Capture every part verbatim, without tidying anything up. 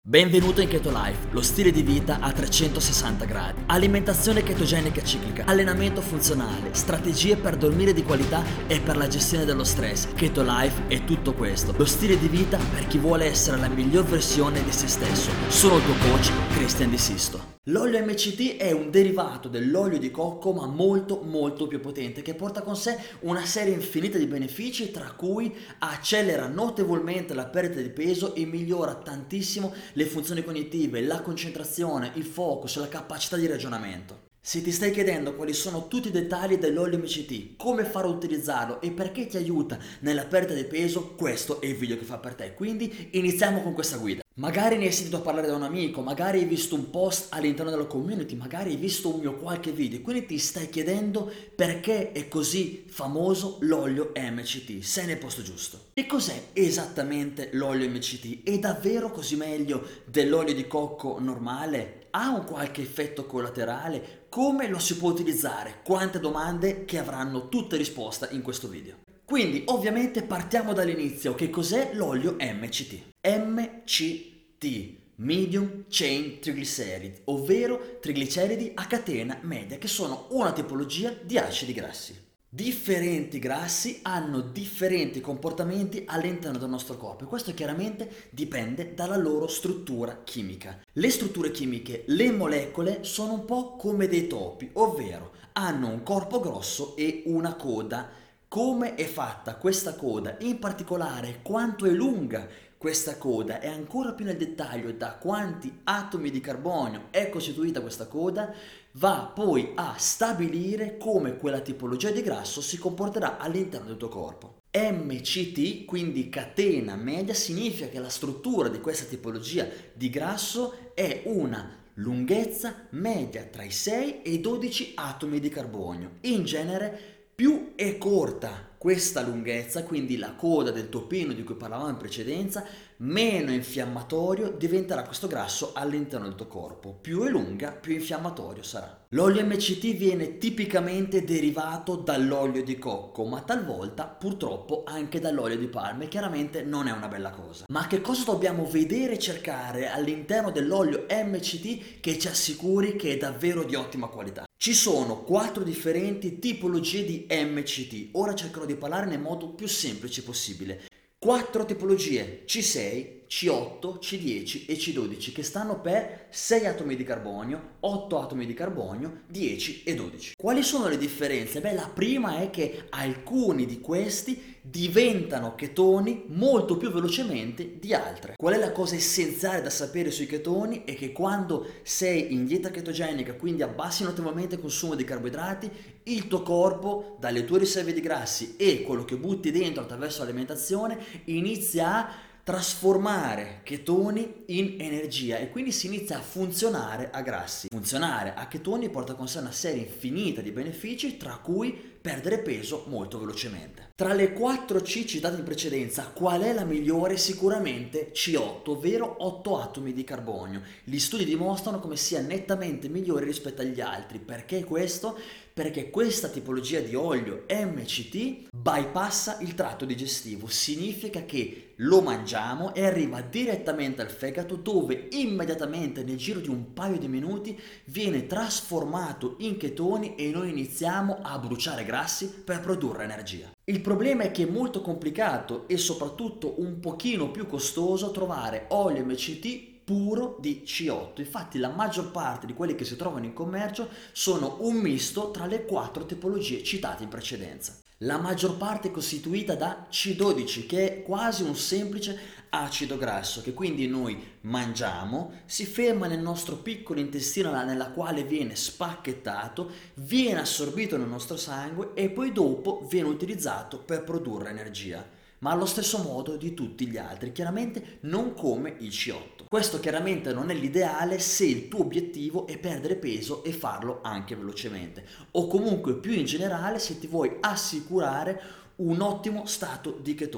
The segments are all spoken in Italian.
Benvenuto in Keto Life, lo stile di vita a trecentosessanta gradi. Alimentazione chetogenica ciclica, allenamento funzionale, strategie per dormire di qualità e per la gestione dello stress. Keto Life è tutto questo. Lo stile di vita per chi vuole essere la miglior versione di se stesso. Sono il tuo coach, Christian Di Sisto. L'olio M C T è un derivato dell'olio di cocco, ma molto molto più potente, che porta con sé una serie infinita di benefici, tra cui accelera notevolmente la perdita di peso e migliora tantissimo le funzioni cognitive, la concentrazione, il focus, la capacità di ragionamento. Se ti stai chiedendo quali sono tutti i dettagli dell'olio M C T, come fare a utilizzarlo e perché ti aiuta nella perdita di peso, questo è il video che fa per te. Quindi iniziamo con questa guida. Magari ne hai sentito parlare da un amico, magari hai visto un post all'interno della community, magari hai visto un mio qualche video, quindi ti stai chiedendo perché è così famoso l'olio M C T. Sei nel posto giusto. E cos'è esattamente l'olio M C T? È davvero così meglio dell'olio di cocco normale? Ha un qualche effetto collaterale? Come lo si può utilizzare? Quante domande che avranno tutte risposta in questo video. Quindi ovviamente partiamo dall'inizio. Che cos'è l'olio M C T? M C T, Medium Chain Triglyceride, ovvero trigliceridi a catena media, che sono una tipologia di acidi grassi. Differenti grassi hanno differenti comportamenti all'interno del nostro corpo e questo chiaramente dipende dalla loro struttura chimica. Le strutture chimiche, le molecole sono un po' come dei topi, ovvero hanno un corpo grosso e una coda. Come è fatta questa coda, in particolare quanto è lunga questa coda e ancora più nel dettaglio da quanti atomi di carbonio è costituita questa coda, va poi a stabilire come quella tipologia di grasso si comporterà all'interno del tuo corpo. M C T, quindi catena media, significa che la struttura di questa tipologia di grasso è una lunghezza media tra i sei e i dodici atomi di carbonio. In genere più è corta questa lunghezza, quindi la coda del topino di cui parlavamo in precedenza, meno infiammatorio diventerà questo grasso all'interno del tuo corpo. Più è lunga, più infiammatorio sarà. L'olio M C T viene tipicamente derivato dall'olio di cocco, ma talvolta purtroppo anche dall'olio di palma, e chiaramente non è una bella cosa. Ma che cosa dobbiamo vedere e cercare all'interno dell'olio M C T che ci assicuri che è davvero di ottima qualità? Ci sono quattro differenti tipologie di M C T, ora cercherò di parlare nel modo più semplice possibile. Quattro tipologie, C sei, C otto, C dieci e C dodici, che stanno per sei atomi di carbonio, otto atomi di carbonio, dieci e dodici. Quali sono le differenze? Beh, la prima è che alcuni di questi diventano chetoni molto più velocemente di altre. Qual è la cosa essenziale da sapere sui chetoni? È che quando sei in dieta chetogenica, quindi abbassi notevolmente il consumo di carboidrati, il tuo corpo, dalle tue riserve di grassi e quello che butti dentro attraverso l'alimentazione, inizia a trasformare chetoni in energia e quindi si inizia a funzionare a grassi. Funzionare a chetoni porta con sé una serie infinita di benefici, tra cui perdere peso molto velocemente. Tra le quattro C citate in precedenza, qual è la migliore? Sicuramente C otto, ovvero otto atomi di carbonio. Gli studi dimostrano come sia nettamente migliore rispetto agli altri. Perché questo? Perché questa tipologia di olio M C T bypassa il tratto digestivo, significa che lo mangiamo e arriva direttamente al fegato, dove immediatamente nel giro di un paio di minuti viene trasformato in chetoni e noi iniziamo a bruciare grassi per produrre energia. Il problema è che è molto complicato e soprattutto un pochino più costoso trovare olio M C T puro di C otto. Infatti la maggior parte di quelli che si trovano in commercio sono un misto tra le quattro tipologie citate in precedenza. La maggior parte è costituita da C dodici, che è quasi un semplice acido grasso che quindi noi mangiamo, si ferma nel nostro piccolo intestino nella quale viene spacchettato, viene assorbito nel nostro sangue e poi dopo viene utilizzato per produrre energia, ma allo stesso modo di tutti gli altri, chiaramente non come il C otto. Questo chiaramente non è l'ideale se il tuo obiettivo è perdere peso e farlo anche velocemente, o comunque più in generale se ti vuoi assicurare un ottimo stato di chetosi.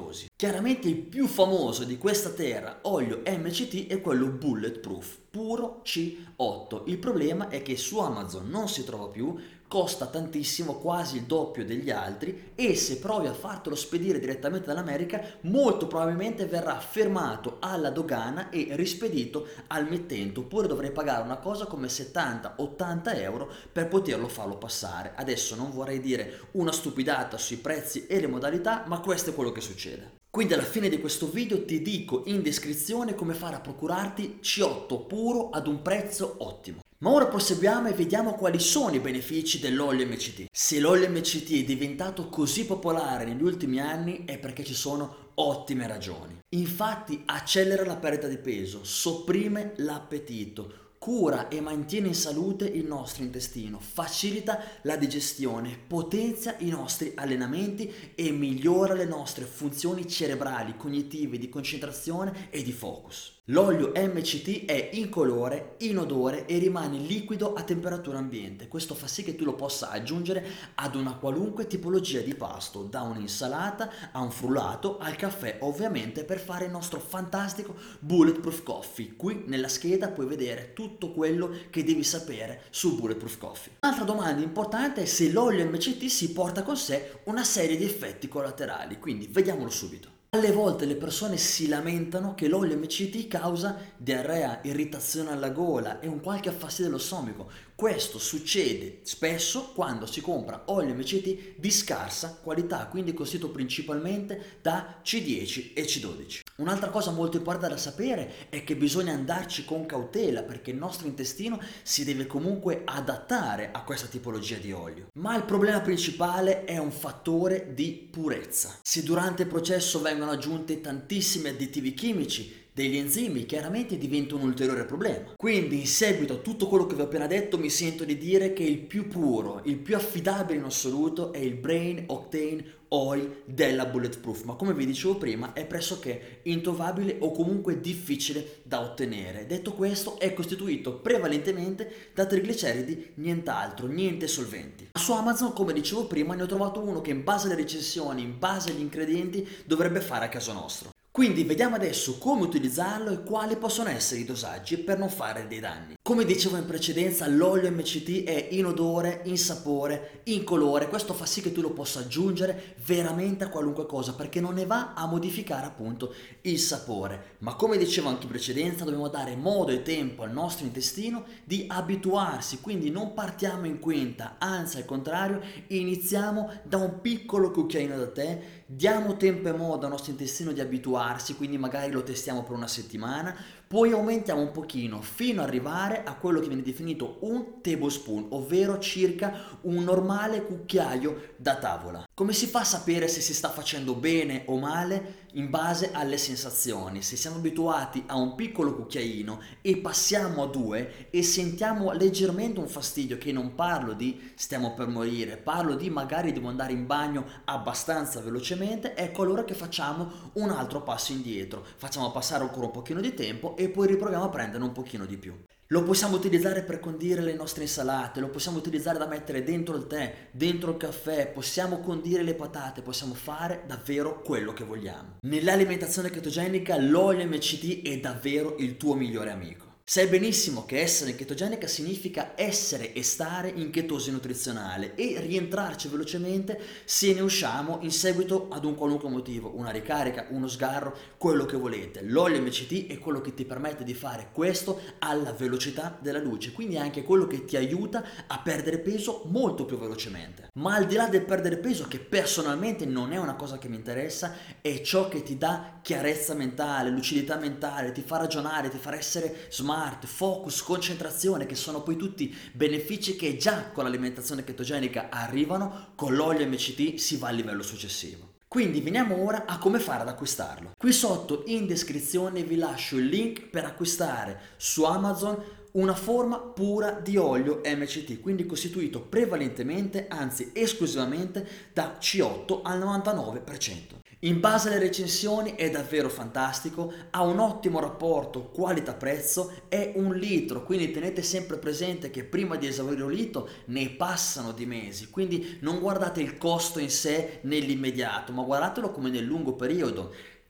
Chiaramente il più famoso di questa terra olio M C T è quello Bulletproof, puro C otto. Il problema è che su Amazon non si trova più, costa tantissimo, quasi il doppio degli altri, e se provi a fartelo spedire direttamente dall'America molto probabilmente verrà fermato alla dogana e rispedito al mittente, oppure dovrai pagare una cosa come settanta ottanta euro per poterlo farlo passare. Adesso non vorrei dire una stupidata sui prezzi e le modalità, ma questo è quello che succede. Quindi alla fine di questo video ti dico in descrizione come fare a procurarti C otto puro ad un prezzo ottimo. Ma ora proseguiamo e vediamo quali sono i benefici dell'olio M C T. Se l'olio M C T è diventato così popolare negli ultimi anni è perché ci sono ottime ragioni. Infatti accelera la perdita di peso, sopprime l'appetito, cura e mantiene in salute il nostro intestino, facilita la digestione, potenzia i nostri allenamenti e migliora le nostre funzioni cerebrali, cognitive, di concentrazione e di focus. L'olio M C T è incolore, inodore e rimane liquido a temperatura ambiente. Questo fa sì che tu lo possa aggiungere ad una qualunque tipologia di pasto, da un'insalata a un frullato al caffè, ovviamente per fare il nostro fantastico Bulletproof Coffee. Qui nella scheda puoi vedere tutto quello che devi sapere su Bulletproof Coffee. Un'altra domanda importante è se l'olio M C T si porta con sé una serie di effetti collaterali, quindi vediamolo subito. Alle volte le persone si lamentano che l'olio M C T causa diarrea, irritazione alla gola e un qualche fastidio allo stomaco. Questo succede spesso quando si compra olio M C T di scarsa qualità, quindi costituito principalmente da C dieci e C dodici. Un'altra cosa molto importante da sapere è che bisogna andarci con cautela perché il nostro intestino si deve comunque adattare a questa tipologia di olio. Ma il problema principale è un fattore di purezza. Se durante il processo vengono aggiunte tantissimi additivi chimici, degli enzimi, chiaramente diventa un ulteriore problema. Quindi in seguito a tutto quello che vi ho appena detto mi sento di dire che il più puro, il più affidabile in assoluto è il Brain Octane Oil della Bulletproof, ma come vi dicevo prima è pressoché introvabile o comunque difficile da ottenere. Detto questo, è costituito prevalentemente da trigliceridi, nient'altro, niente solventi. Su Amazon, come dicevo prima, ne ho trovato uno che in base alle recensioni, in base agli ingredienti, dovrebbe fare a caso nostro. Quindi vediamo adesso come utilizzarlo e quali possono essere i dosaggi per non fare dei danni. Come dicevo in precedenza, l'olio M C T è inodore, insapore, incolore. Questo fa sì che tu lo possa aggiungere veramente a qualunque cosa perché non ne va a modificare appunto il sapore. Ma come dicevo anche in precedenza, dobbiamo dare modo e tempo al nostro intestino di abituarsi, quindi non partiamo in quinta, anzi al contrario, iniziamo da un piccolo cucchiaino da tè, diamo tempo e modo al nostro intestino di abituarsi, quindi magari lo testiamo per una settimana, poi aumentiamo un pochino fino ad arrivare a quello che viene definito un tablespoon, ovvero circa un normale cucchiaio da tavola. Come si fa a sapere se si sta facendo bene o male? In base alle sensazioni. Se siamo abituati a un piccolo cucchiaino e passiamo a due e sentiamo leggermente un fastidio, che non parlo di stiamo per morire, parlo di magari devo andare in bagno abbastanza velocemente, ecco allora che facciamo un altro passo indietro, facciamo passare ancora un pochino di tempo e poi riproviamo a prendere un pochino di più. Lo possiamo utilizzare per condire le nostre insalate, lo possiamo utilizzare da mettere dentro il tè, dentro il caffè, possiamo condire le patate, possiamo fare davvero quello che vogliamo. Nell'alimentazione chetogenica l'olio M C T è davvero il tuo migliore amico. Sai benissimo che essere in chetogenica significa essere e stare in chetosi nutrizionale e rientrarci velocemente se ne usciamo in seguito ad un qualunque motivo, una ricarica, uno sgarro, quello che volete. L'olio M C T è quello che ti permette di fare questo alla velocità della luce, quindi è anche quello che ti aiuta a perdere peso molto più velocemente. Ma al di là del perdere peso, che personalmente non è una cosa che mi interessa, è ciò che ti dà chiarezza mentale, lucidità mentale, ti fa ragionare, ti fa essere smart, focus, concentrazione, che sono poi tutti benefici che già con l'alimentazione chetogenica arrivano, con l'olio M C T si va al livello successivo. Quindi veniamo ora a come fare ad acquistarlo. Qui sotto in descrizione vi lascio il link per acquistare su Amazon una forma pura di olio M C T, quindi costituito prevalentemente, anzi esclusivamente da C otto al novantanove per cento. In base alle recensioni è davvero fantastico, ha un ottimo rapporto qualità-prezzo, è un litro, quindi tenete sempre presente che prima di esaurire un litro ne passano di mesi, quindi non guardate il costo in sé nell'immediato, ma guardatelo come nel lungo periodo.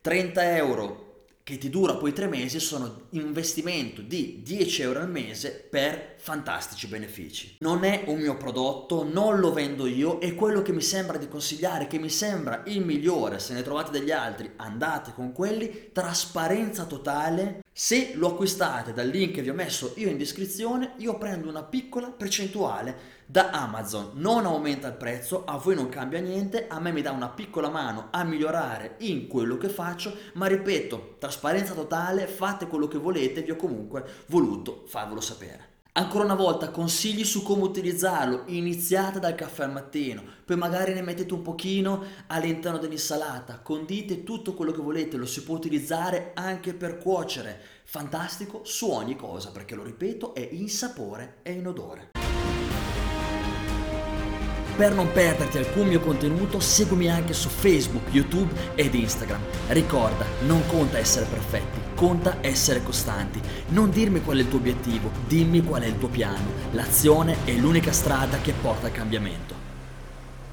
trenta euro che ti dura poi tre mesi sono un investimento di dieci euro al mese per fantastici benefici. Non è un mio prodotto, non lo vendo io, è quello che mi sembra di consigliare, che mi sembra il migliore. Se ne trovate degli altri, andate con quelli. Trasparenza totale. Se lo acquistate dal link che vi ho messo io in descrizione, io prendo una piccola percentuale da Amazon. Non aumenta il prezzo, a voi non cambia niente, a me mi dà una piccola mano a migliorare in quello che faccio, ma ripeto, trasparenza totale, fate quello che volete, vi ho comunque voluto farvelo sapere. Ancora una volta consigli su come utilizzarlo: iniziate dal caffè al mattino, poi magari ne mettete un pochino all'interno dell'insalata, condite tutto quello che volete, lo si può utilizzare anche per cuocere, fantastico su ogni cosa, perché lo ripeto, è in sapore e in odore. Per non perderti alcun mio contenuto, seguimi anche su Facebook, YouTube ed Instagram. Ricorda, non conta essere perfetti, conta essere costanti. Non dirmi qual è il tuo obiettivo, dimmi qual è il tuo piano. L'azione è l'unica strada che porta al cambiamento.